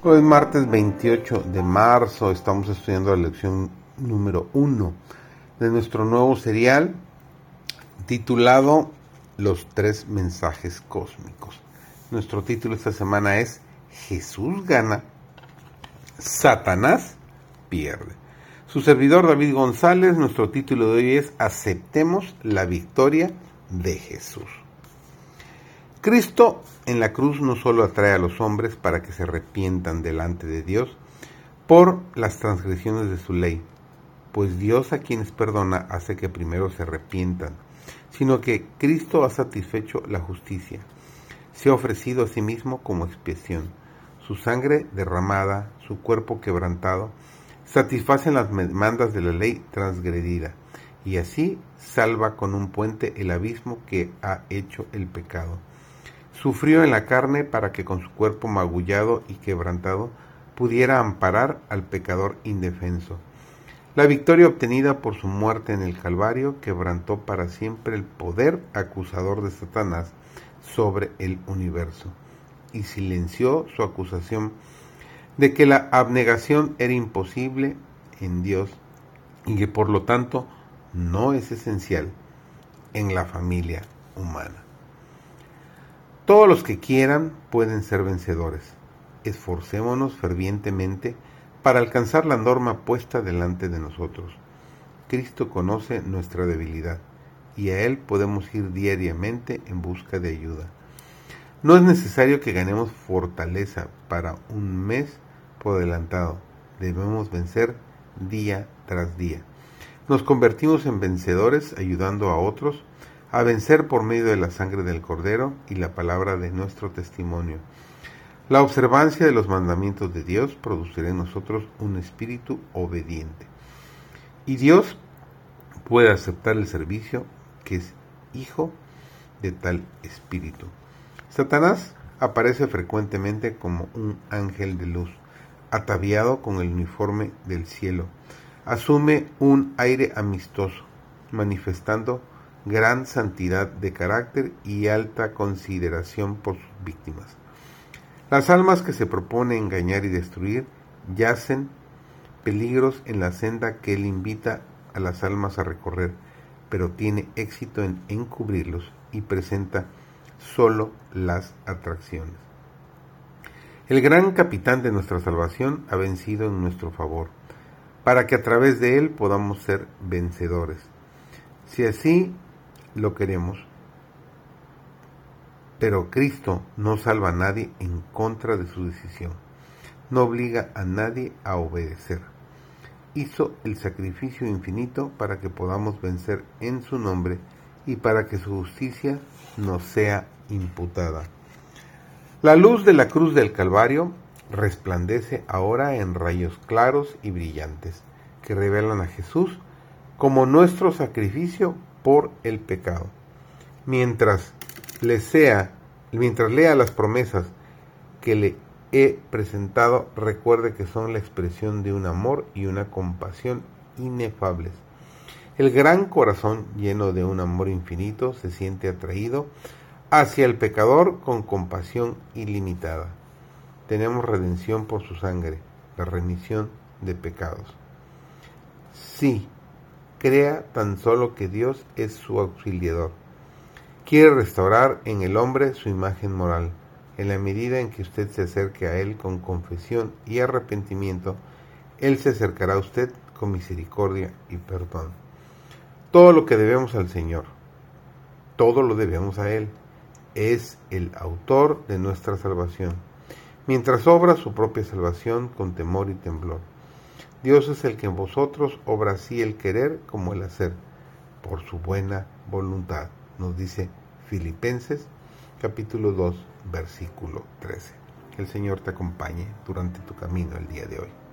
Hoy es martes 28 de marzo, estamos estudiando la lección número 1 de nuestro nuevo serial titulado Los tres mensajes cósmicos. Nuestro título esta semana es Jesús gana, Satanás pierde. Su servidor David González, nuestro título de hoy es Aceptemos la victoria de Jesús. Cristo en la cruz no solo atrae a los hombres para que se arrepientan delante de Dios por las transgresiones de su ley, pues Dios a quienes perdona hace que primero se arrepientan, sino que Cristo ha satisfecho la justicia, se ha ofrecido a sí mismo como expiación. Su sangre derramada, su cuerpo quebrantado, satisfacen las demandas de la ley transgredida, y así salva con un puente el abismo que ha hecho el pecado. Sufrió en la carne para que con su cuerpo magullado y quebrantado pudiera amparar al pecador indefenso. La victoria obtenida por su muerte en el Calvario quebrantó para siempre el poder acusador de Satanás sobre el universo y silenció su acusación de que la abnegación era imposible en Dios y que por lo tanto no es esencial en la familia humana. Todos los que quieran pueden ser vencedores. Esforcémonos fervientemente para alcanzar la norma puesta delante de nosotros. Cristo conoce nuestra debilidad y a Él podemos ir diariamente en busca de ayuda. No es necesario que ganemos fortaleza para un mes por adelantado. Debemos vencer día tras día. Nos convertimos en vencedores ayudando a otros a vencer por medio de la sangre del Cordero y la palabra de nuestro testimonio. La observancia de los mandamientos de Dios producirá en nosotros un espíritu obediente. Y Dios puede aceptar el servicio que es hijo de tal espíritu. Satanás aparece frecuentemente como un ángel de luz, ataviado con el uniforme del cielo. Asume un aire amistoso, manifestando gran santidad de carácter y alta consideración por sus víctimas. Las almas que se propone engañar y destruir yacen peligros en la senda que él invita a las almas a recorrer, pero tiene éxito en encubrirlos y presenta solo las atracciones. El gran capitán de nuestra salvación ha vencido en nuestro favor, para que a través de él podamos ser vencedores. Si así lo queremos, pero Cristo no salva a nadie en contra de su decisión, no obliga a nadie a obedecer. Hizo el sacrificio infinito para que podamos vencer en su nombre y para que su justicia nos sea imputada. La luz de la cruz del Calvario resplandece ahora en rayos claros y brillantes que revelan a Jesús como nuestro sacrificio por el pecado. Mientras lea las promesas que le he presentado, recuerde que son la expresión de un amor y una compasión inefables. El gran corazón, lleno de un amor infinito, se siente atraído hacia el pecador con compasión ilimitada. Tenemos redención por su sangre, la remisión de pecados. Sí, crea tan solo que Dios es su auxiliador. Quiere restaurar en el hombre su imagen moral. En la medida en que usted se acerque a Él con confesión y arrepentimiento, Él se acercará a usted con misericordia y perdón. Todo lo que debemos al Señor, todo lo debemos a Él. Es el autor de nuestra salvación, mientras obra su propia salvación con temor y temblor. Dios es el que en vosotros obra así el querer como el hacer, por su buena voluntad, nos dice Filipenses capítulo 2, versículo 13. Que el Señor te acompañe durante tu camino el día de hoy.